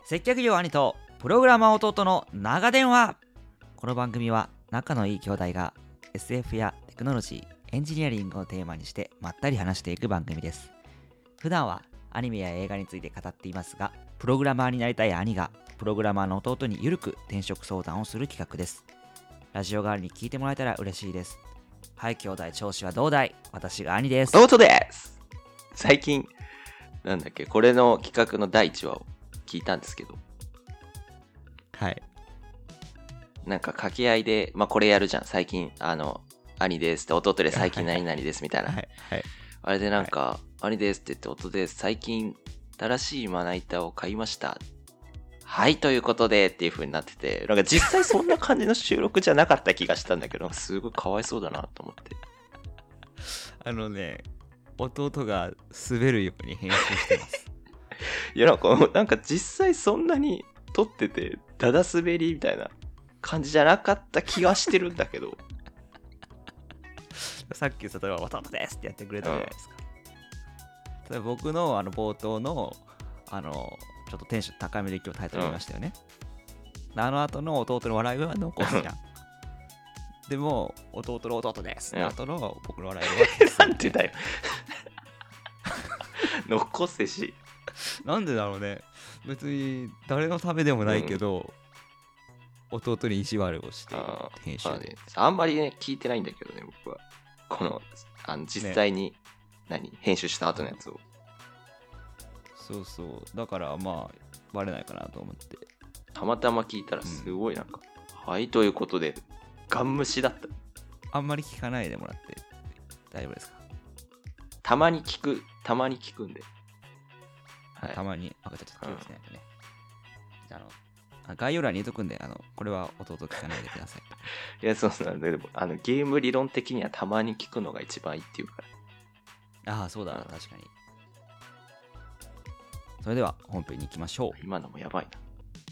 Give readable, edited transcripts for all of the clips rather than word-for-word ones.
接客業兄とプログラマー弟の長電話。この番組は仲のいい兄弟が SF やテクノロジー、エンジニアリングをテーマにしてまったり話していく番組です。普段はアニメや映画について語っていますが、プログラマーになりたい兄がプログラマーの弟にゆるく転職相談をする企画です。ラジオ代わりに聞いてもらえたら嬉しいです。はい、兄弟、調子はどうだい？私が兄です。 弟です。最近これの企画の第1話を聞いたんですけど、 はい、 なんか掛け合いで、これやるじゃん。最近兄ですって弟で最近何々ですみたいな、 はいはい、 あれでなんか、兄ですって言って弟です、最近新しいまな板を買いました、はいということでっていう風になってて、なんか実際そんな感じの収録じゃなかった気がしたんだけど、すごいかわいそうだなと思って。 弟が滑るように編集してますいやなんか実際そんなに撮っててダダ滑りみたいな感じじゃなかった気がしてるんだけどさっき例えば弟ですってやってくれたじゃないですか、例えば僕の冒頭のちょっとテンション高めで今日タイトル言いましたよね、あの後の弟の笑いは残すじゃんでも弟の弟ですの後の僕の笑いは消すなんてだよ残せし、 なんでだろうね。別に誰のためでもないけど、弟に意地悪をして編集で、 あんまりね聞いてないんだけどね、僕はこの実際に、編集した後のやつを。 そうそう、だからまあバレないかなと思ってたまたま聞いたらすごいなんか、はいということでガン無視だった。 あんまり聞かないでもらって大丈夫ですか？ たまに聞くんで、 はい、たまにちょっと気をつけないとね、じゃあ概要欄に入れとくんで、これは弟聞かないでくださいいや、そうなんだけど、ゲーム理論的にはたまに聞くのが一番いいっていうから。 ああ、そうだ、確かに。それでは本編に行きましょう。 今のもやばいな。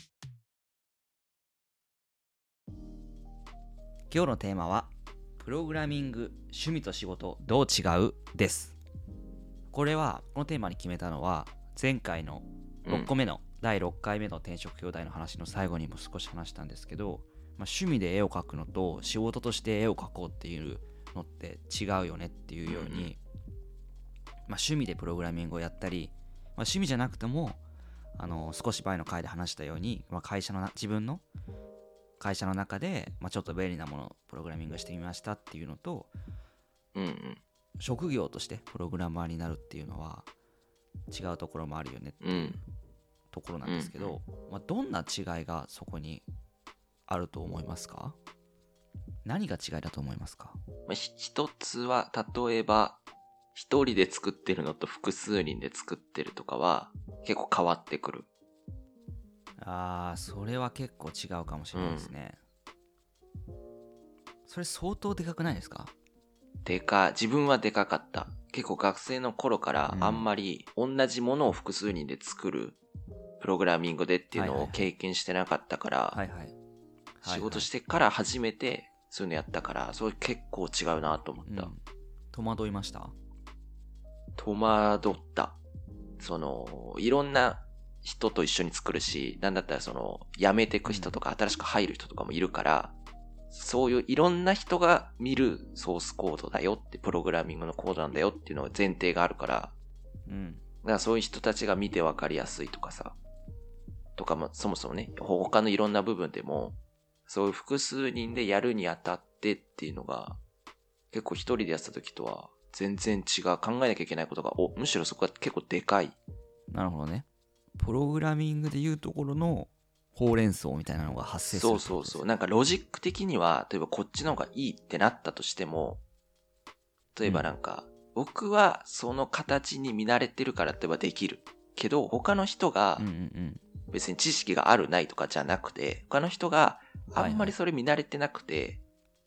今日のテーマはプログラミング趣味と仕事どう違うです。このテーマに決めたのは前回の6個目の、第6回目の転職兄弟の話の最後にも少し話したんですけど、趣味で絵を描くのと仕事として絵を描こうっていうのって違うよねっていうように、趣味でプログラミングをやったり、趣味じゃなくても少し前の回で話したように、自分の会社の中で、ちょっと便利なものをプログラミングしてみましたっていうのと、職業としてプログラマーになるっていうのは違うところもあるよねっていうところなんですけど、どんな違いがそこにあると思いますか？何が違いだと思いますか？ 一つは、例えば一人で作ってるのと複数人で作ってるとかは結構変わってくる。 それは結構違うかもしれないですね、それ相当でかくないですか？ 自分はでかかった。結構学生の頃からあんまり同じものを複数人で作るプログラミングでっていうのを経験してなかったから、仕事してから初めてそういうのやったから、それ結構違うなと思った、 戸惑いました？ 戸惑った。いろんな人と一緒に作るし、なんだったら辞めてく人とか新しく入る人とかもいるから、そういういろんな人が見るソースコードだよって、プログラミングのコードなんだよっていうのが前提があるから、だからそういう人たちが見てわかりやすいとかさ、とかもそもそもね、他のいろんな部分でも、そういう複数人でやるにあたってっていうのが、結構一人でやってた時とは全然違う、考えなきゃいけないことが、むしろそこが結構でかい。 なるほどね。プログラミングでいうところのほうれん草みたいなのが発生するってことです。 そう。なんかロジック的には、例えばこっちの方がいいってなったとしても、例えば僕はその形に見慣れてるから例えばできる。けど、他の人が、別に知識があるないとかじゃなくて、他の人があんまりそれ見慣れてなくて、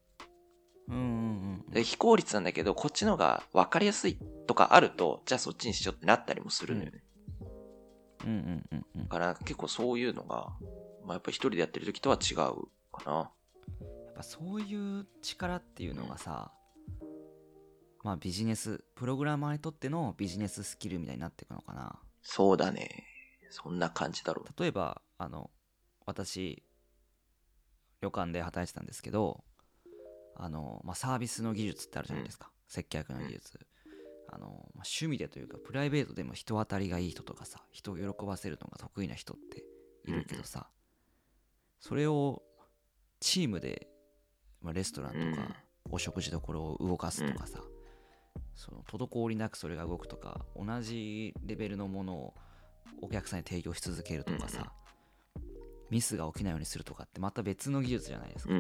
非効率なんだけど、こっちの方が分かりやすいとかあると、じゃあそっちにしようってなったりもするのよね。だから結構そういうのが、やっぱ一人でやってる時とは違うかな。 やっぱそういう力っていうのがさ、ビジネス、プログラマーにとってのビジネススキルみたいになっていくのかな。 そうだね。 そんな感じだろう。 例えば私旅館で働いてたんですけど、サービスの技術ってあるじゃないですか、接客の技術。趣味でというかプライベートでも人当たりがいい人とかさ、人を喜ばせるのが得意な人っているけどさ、それをチームで、レストランとかお食事どころを動かすとかさ、その滞りなくそれが動くとか、同じレベルのものをお客さんに提供し続けるとかさ、ミスが起きないようにするとかってまた別の技術じゃないですか。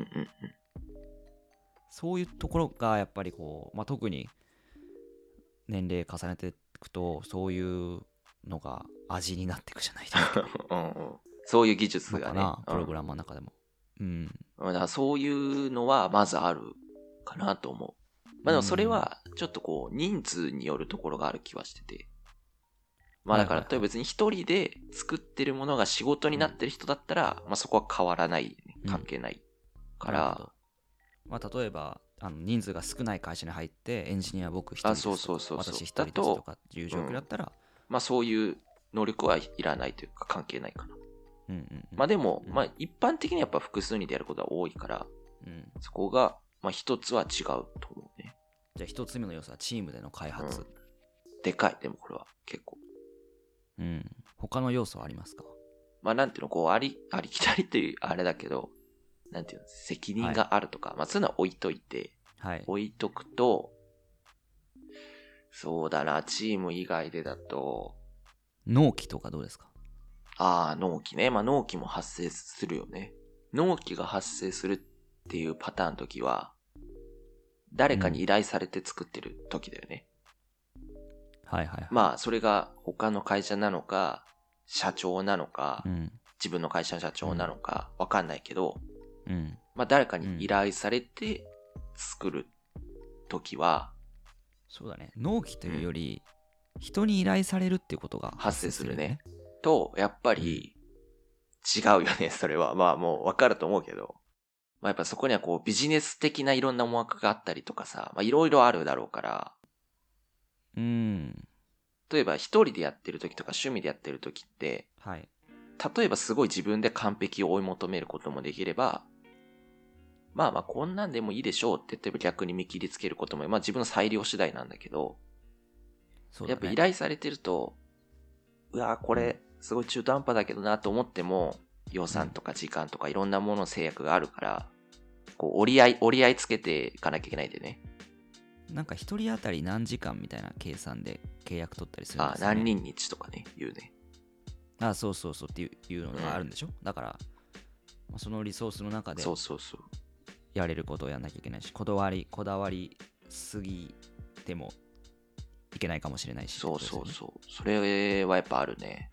そういうところがやっぱりこう、特に年齢重ねていくとそういうのが味になっていくじゃないですか。 そういう技術がね、 プログラマーの中でも。 だからそういうのはまずあるかなと思う。でもそれはちょっとこう人数によるところがある気はしてて。だから例えば別に一人で作ってるものが仕事になってる人だったら、そこは変わらない、ね、関係ないから。 例えば人数が少ない会社に入ってエンジニア僕一人ですとか私一人ですとかっていう状況だったら、 そういう能力はいらないというか関係ないかな。でも、一般的にやっぱ複数人でやることは多いから、そこが一つは違うと思うね。 じゃあ一つ目の要素はチームでの開発。 でかい。でもこれは結構。 他の要素はありますか？ なんていうの、こうありきたりっていうあれだけど、なんていうの、責任があるとか、そういうのは置いといて、置いとくと、そうだな、チーム以外でだと、 納期とかどうですか？ 納期ね。納期も発生するよね。納期が発生するっていうパターンの時は、誰かに依頼されて作ってる時だよね。それが他の会社なのか、社長なのか、自分の会社の社長なのか、わかんないけど、誰かに依頼されて作る時は、 そうだね。納期というより、人に依頼されるっていうことが発生するね。と、やっぱり、違うよね、それは。もうわかると思うけど。やっぱそこにはこうビジネス的ないろんな思惑があったりとかさ、いろいろあるだろうから。例えば一人でやってる時とか趣味でやってる時って、例えばすごい自分で完璧を追い求めることもできれば、こんなんでもいいでしょうって言って逆に見切りつけることも、自分の裁量次第なんだけど、やっぱ依頼されてると、これすごい中途半端だけどなと思っても、予算とか時間とかいろんなものの制約があるから、こう折り合いつけていかなきゃいけないんでね。 なんか一人当たり何時間みたいな計算で契約取ったりするんですよね。 何人日とかね、言うね。 そうっていうのがあるんでしょ。だから、そのリソースの中でやれることをやんなきゃいけないし、こだわりすぎてもいけないかもしれないし。 それはやっぱあるね。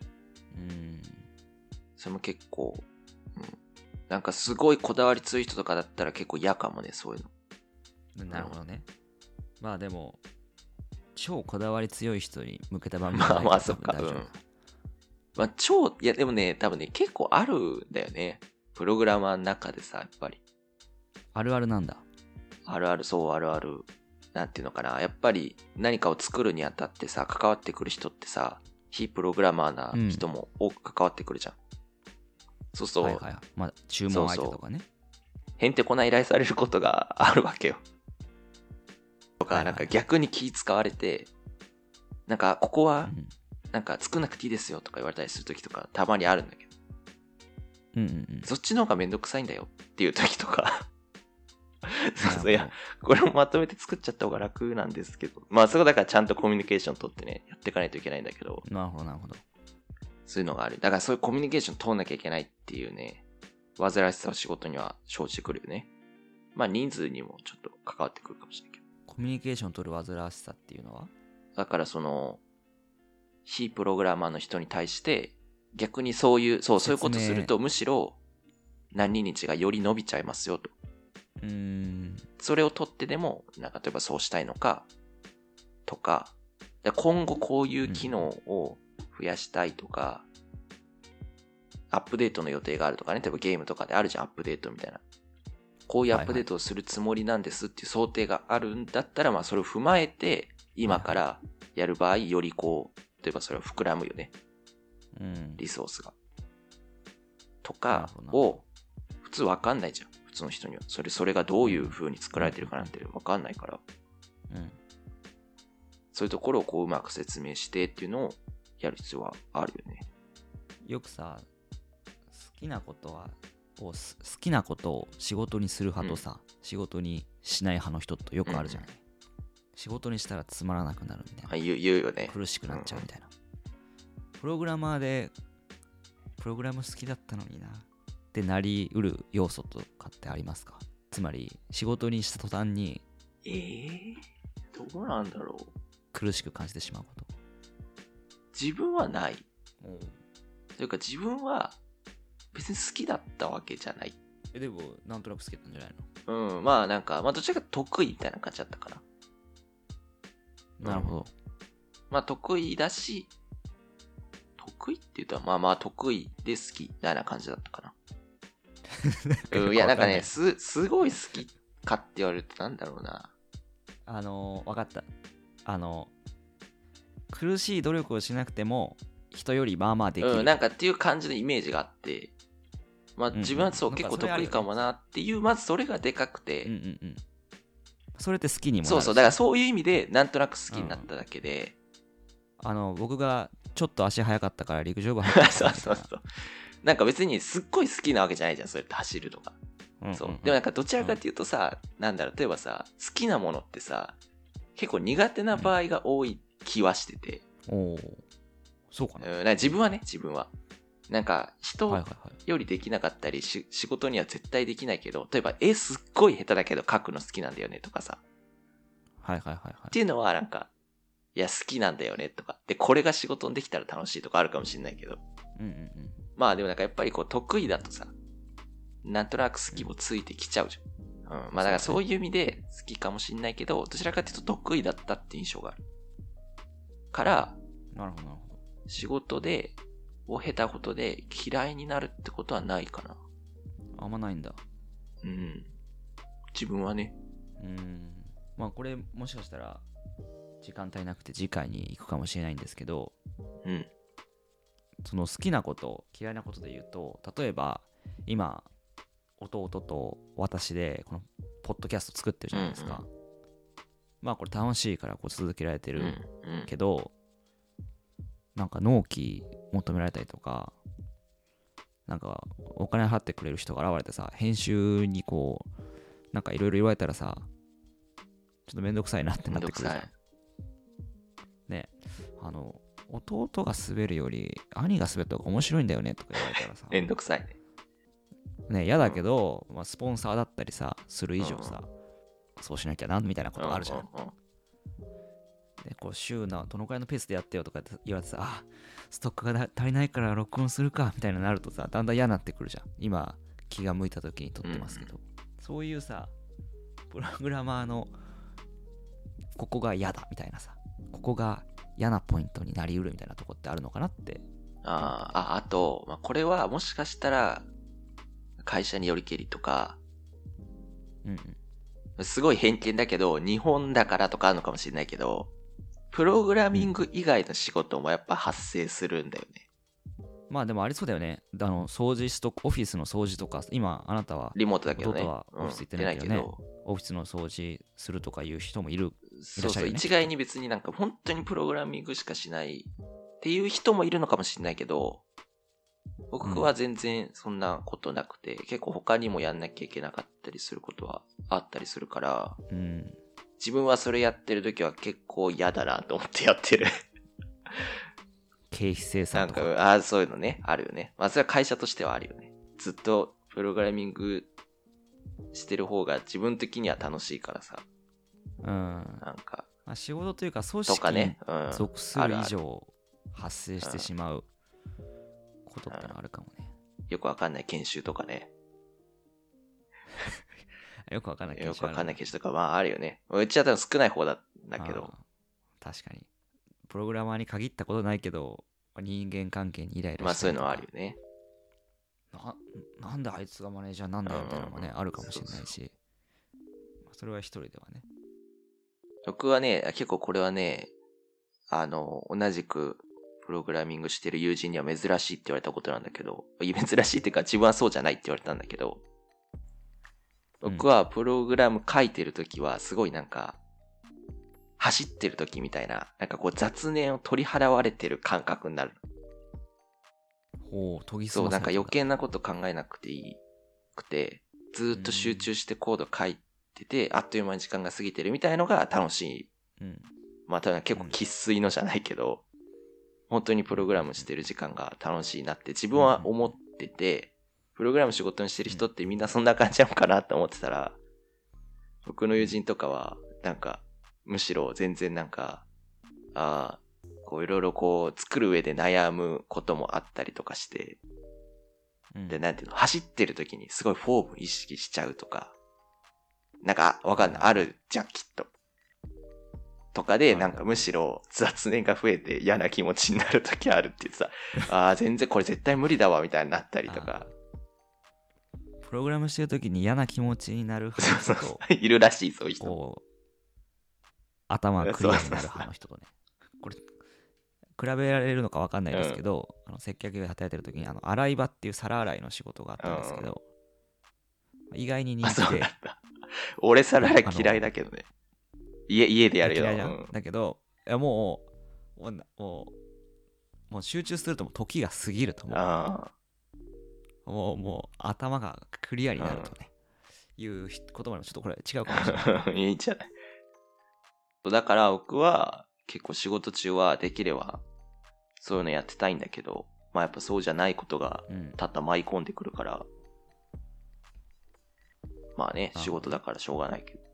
それも結構、なんかすごいこだわり強い人とかだったら結構嫌かもね、そういうの。 なるほどね。でも超こだわり強い人に向けた番組じゃないからそっか。いやでもね、多分ね、結構あるんだよね。プログラマーの中でさ、やっぱり。 あるあるなんだ。 あるある。なんていうのかな。やっぱり何かを作るにあたってさ、関わってくる人ってさ、非プログラマーな人も多く関わってくるじゃん。そうそう。 注文相手とかね。 へんてこな依頼されることがあるわけよ。とか、なんか逆に気使われて、なんかここは、なんか作んなくていいですよとか言われたりするときとかたまにあるんだけど。そっちの方がめんどくさいんだよっていうときとか。いや、これもまとめて作っちゃった方が楽なんですけど。そこだからちゃんとコミュニケーション取ってね、やっていかないといけないんだけど。 なるほど。 そういうのがある。だからそういうコミュニケーション取んなきゃいけないっていうね、煩わしさは仕事には生じてくるよね。人数にもちょっと関わってくるかもしれないけど。 コミュニケーション取る煩わしさっていうのは？ だから非プログラマーの人に対して、逆にそういうことするとむしろ何日がより伸びちゃいますよと。それを取ってでも、例えばそうしたいのか、とか、今後こういう機能を増やしたいとか、アップデートの予定があるとかね、例えばゲームとかであるじゃん、アップデートみたいな。こういうアップデートをするつもりなんですっていう想定があるんだったら、それを踏まえて、今からやる場合、より例えばそれを膨らむよね。 うんリソースが。となかるほどを、普通わかんないじゃん。普通の人には。それがどういう風に作られてるかなんてわかんないから。 うんそういうところをこううまく説明してっていうのをやる必要はあるよね。 よくさ好きなこと好きなことを仕事にする派とさ、仕事にしない派の人とよくあるじゃない、仕事にしたらつまらなくなるみたいな、 言うよね。 苦しくなっちゃうみたいな、プログラマーでプログラム好きだったのになってなりうる要素とかってありますか？つまり仕事にした途端にどうなんだろう。 苦しく感じてしまうこと。 自分はない。というか自分は別に好きだったわけじゃない。 でもなんとなく好きだったんじゃないの？ まあなんか、どちらか得意みたいな感じだったかな。 なるほど。 まあ得意だし、得意って言うとまあ得意で好きみたいな感じだったかな。いやなんかね、すごい好きかって言われるとなんだろうな。 わかった。苦しい努力をしなくても人よりまあまあできる。 なんかっていう感じのイメージがあって、まあ自分はそう、結構得意かもなっていう、まずそれがでかくて、 それって好きにもなる。 そうそう、だからそういう意味でなんとなく好きになっただけで、 僕がちょっと足早かったから陸上部入ったそうなんか別にすっごい好きなわけじゃないじゃん、それって走るとか。そうでもなんかどちらかっていうとさ、なんだろう、例えばさ、好きなものってさ、結構苦手な場合が多い気はしてて。 そうかな。 なんか自分はなんか人はいはいはい。 よりできなかったり、仕事には絶対できないけど、例えば絵すっごい下手だけど描くの好きなんだよねとかさ。 はいはいはいはい。 っていうのはなんか、いや好きなんだよねとか。で、これが仕事にできたら楽しいとかあるかもしれないけど。まあでもなんかやっぱりこう得意だとさ、なんとなく好きもついてきちゃうじゃん。まあだからそういう意味で好きかもしれないけど、どちらかというと得意だったって印象がある。から、 なるほどなるほど。 仕事で、を経たことで嫌いになるってことはないかな。 あんまないんだ。 自分はね。 まあこれもしかしたら時間足りなくて次回に行くかもしれないんですけど、その好きなこと嫌いなことで言うと、例えば今弟と私でこのポッドキャスト作ってるじゃないですか。まあこれ楽しいからこう続けられてるけど、なんか納期求められたりとか、なんかお金払ってくれる人が現れてさ、編集にこうなんかいろいろ言われたらさ、ちょっとめんどくさいなってなってくるじゃん。ね、弟が滑るより兄が滑った方が面白いんだよねとか言われたらさ、 めんどくさいね。嫌だけど、まあ、スポンサーだったりさする以上さ、そうしなきゃなみたいなことあるじゃん。でこう週のどのくらいのペースでやってよとか言われてさ、ストックが足りないから録音するかみたいになるとさ、だんだん嫌になってくるじゃん。今気が向いた時に撮ってますけど、そういうさプログラマーのここが嫌だみたいなさ、ここが嫌なポイントになりうるみたいなとこってあるのかなって。 あと、これはもしかしたら会社によりけりとか、すごい偏見だけど日本だからとかあるのかもしれないけど、プログラミング以外の仕事もやっぱ発生するんだよね。 まあでもありそうだよね。掃除オフィスの掃除とか、今あなたはリモートだけどね。 弟はオフィス行ってないけどね、オフィスの掃除するとかいう人もいらっしゃるよね。 一概に別になんか本当にプログラミングしかしないっていう人もいるのかもしれないけど、僕は全然そんなことなくて、結構他にもやんなきゃいけなかったりすることはあったりするから、自分はそれやってる時は結構嫌だなと思ってやってる。 経費生産とか。 なんか、そういうのね、あるよね。それは会社としてはあるよね。ずっとプログラミングしてる方が自分的には楽しいからさ。なんか。 まあ、仕事というか組織に属する以上発生してしまうことってのはあるかもね。 よくわかんない研修とかね。 よくわかんない研修とかあるよね。うちは多分少ない方だけど。 確かに。プログラマーに限ったことないけど、人間関係にイライラして、 そういうのはあるよね。 なんであいつがマネージャーなんだよみたいなのもね、あるかもしれないし、それは一人ではね。 僕はね、結構これはね、同じくプログラミングしてる友人には珍しいって言われたことなんだけど、珍しいっていうか自分はそうじゃないって言われたんだけど、僕はプログラム書いてるときはすごいなんか、走ってるときみたいな、なんかこう雑念を取り払われてる感覚になる。 ほう、研ぎそう、なんか澄まされてんだ。 余計なこと考えなくていいくて、ずーっと集中してコード書いてて、あっという間に時間が過ぎてるみたいのが楽しい。 うん。 まあ、ただ結構生粋のじゃないけど、本当にプログラムしてる時間が楽しいなって自分は思ってて、プログラム仕事にしてる人ってみんなそんな感じなのかなって思ってたら、僕の友人とかは、なんか、むしろ全然なんか、こういろいろこう作る上で悩むこともあったりとかして、で、なんていうの、走ってる時にすごいフォーム意識しちゃうとか、なんか、わかんない。あるじゃん、きっと。とかで、なんかむしろ雑念が増えて嫌な気持ちになる時あるってさ、全然これ絶対無理だわ、みたいになったりとか。 プログラムしてる時に嫌な気持ちになる人といるらしい、そういう人。 こう頭がクリアになる派の人とね。これ、比べられるのか分かんないですけど、接客業で働いてる時に、洗い場っていう皿洗いの仕事があったんですけど、意外に人気で。 俺皿洗い嫌いだけどね。家でやるよ。 嫌いじゃん。だけど、いやもう集中するともう時が過ぎるともう頭がクリアになるとね、いう言葉もちょっとこれ違うかもしれない。 いいんじゃない。だから僕は結構仕事中はできればそういうのやってたいんだけど、まあやっぱそうじゃないことが多々舞い込んでくるから、まあね、仕事だからしょうがないけど。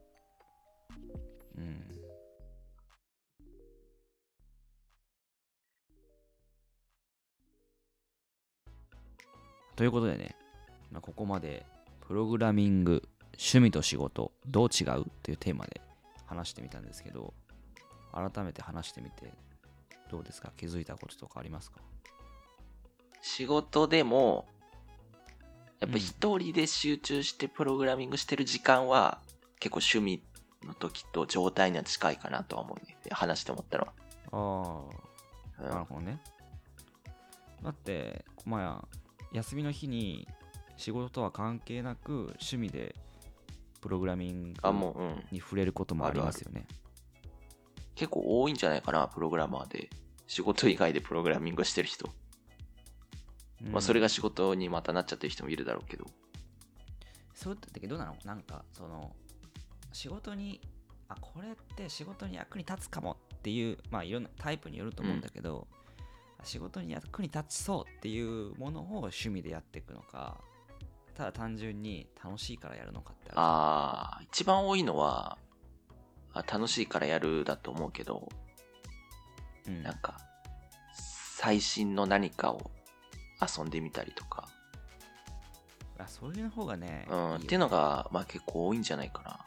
ということでね、ここまでプログラミング、趣味と仕事、どう違うっていうテーマで話してみたんですけど、改めて話してみてどうですか？気づいたこととかありますか？ 仕事でも、やっぱ一人で集中してプログラミングしてる時間は、結構趣味の時と状態には近いかなとは思うね。話して思ったのは。 なるほどね。だって、まあ、休みの日に仕事とは関係なく趣味でプログラミングに触れることもありますよね。 結構多いんじゃないかな、プログラマーで。仕事以外でプログラミングしてる人。まあそれが仕事にまたなっちゃってる人もいるだろうけど。 そうだけどどうなの？なんかその仕事にこれって仕事に役に立つかもっていう、まあいろんなタイプによると思うんだけど、仕事に役に立ちそうっていうものを趣味でやっていくのか、ただ単純に楽しいからやるのかってある。 一番多いのは楽しいからやるだと思うけど、なんか最新の何かを遊んでみたりとか、 そういうの方がね、 っていうのがまあ結構多いんじゃないかな。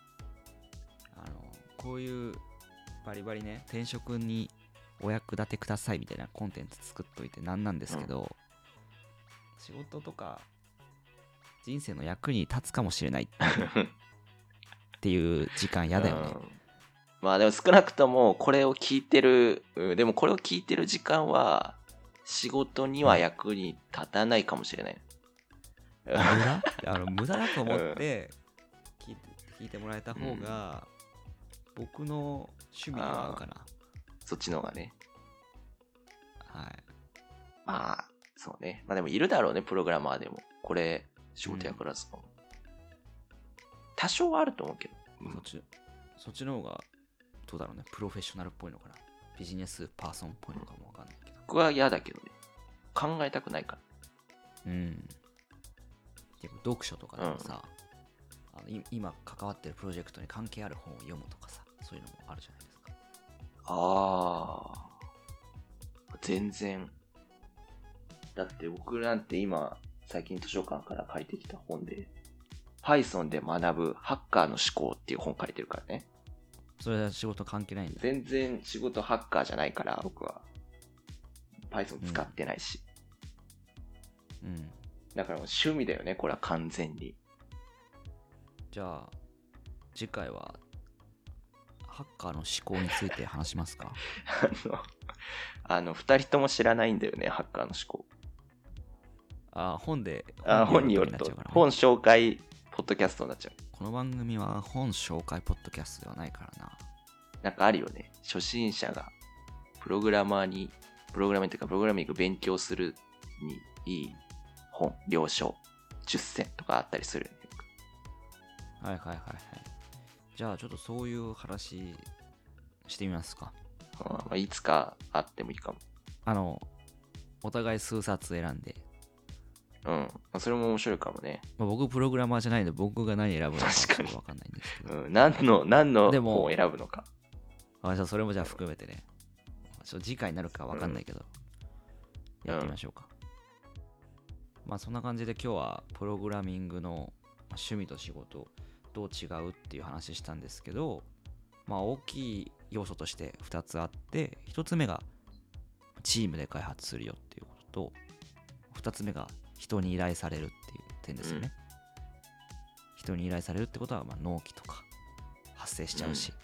こういうバリバリね、転職にお役立てくださいみたいなコンテンツ作っといてなんなんですけど、仕事とか人生の役に立つかもしれないっていう時間嫌だよね。 まあでも少なくともこれを聞いてる、でもこれを聞いてる時間は仕事には役に立たないかもしれない。 無駄だと思って聞いてもらえた方が、僕の趣味には合うかな。 そっちの方がね。 はい。 まあ、そうね。まあでもいるだろうね、プログラマーでも。これ、仕事役立つの。多少はあると思うけど。 そっちの方が、どうだろうね。プロフェッショナルっぽいのかな。ビジネスパーソンっぽいのかもわかんないけど。 僕は嫌だけどね。考えたくないから。 結構読書とかでもさ、今関わってるプロジェクトに関係ある本を読むとかさ、そういうのもあるじゃないですか。 全然。だって僕なんて今、最近図書館から借りてきた本で、Python で学ぶハッカーの思考っていう本書いてるからね。 それは仕事関係ないんだ。 全然仕事ハッカーじゃないから、僕は。Python 使ってないし。だからもう趣味だよね、これは完全に。 じゃあ、次回は、ハッカーの思考について話しますか？ 二人とも知らないんだよね、ハッカーの思考。 本で本によると、 ね、 本紹介ポッドキャストになっちゃう。 この番組は本紹介ポッドキャストではないからな。 なんかあるよね。初心者がプログラミング勉強するにいい本、了承、10選とかあったりするよね。 はいはいはいはい。じゃあちょっとそういう話してみますか。 いつかあってもいいかも。 お互い数冊選んで。 それも面白いかもね。 僕プログラマーじゃないので僕が何選ぶのかちょっと分かんないんですけど。 何の本を選ぶのか。 それもじゃあ含めてね。次回になるか分かんないけど、やってみましょうか。そんな感じで今日はプログラミングの趣味と仕事どう違うっていう話したんですけど、大きい要素として2つあって、1つ目がチームで開発するよっていうことと、2つ目が人に依頼されるっていう点ですよね。人に依頼されるってことは納期とか発生しちゃうし、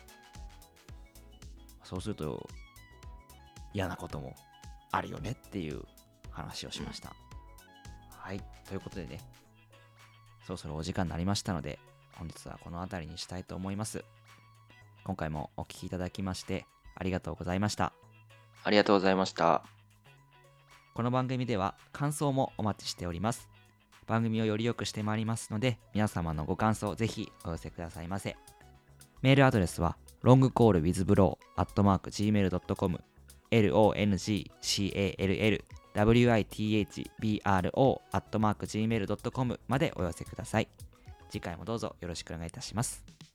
そうすると嫌なこともあるよねっていう話をしました。はい、ということでね、そろそろお時間になりましたので、本日はこの辺りにしたいと思います。今回もお聞きいただきましてありがとうございました。 ありがとうございました。 この番組では感想もお待ちしております。番組をより良くしてまいりますので、皆様のご感想をぜひお寄せくださいませ。メールアドレスは longcallwithbro@gmail.com longcallwithbro@gmail.com までお寄せください。次回もどうぞよろしくお願いいたします。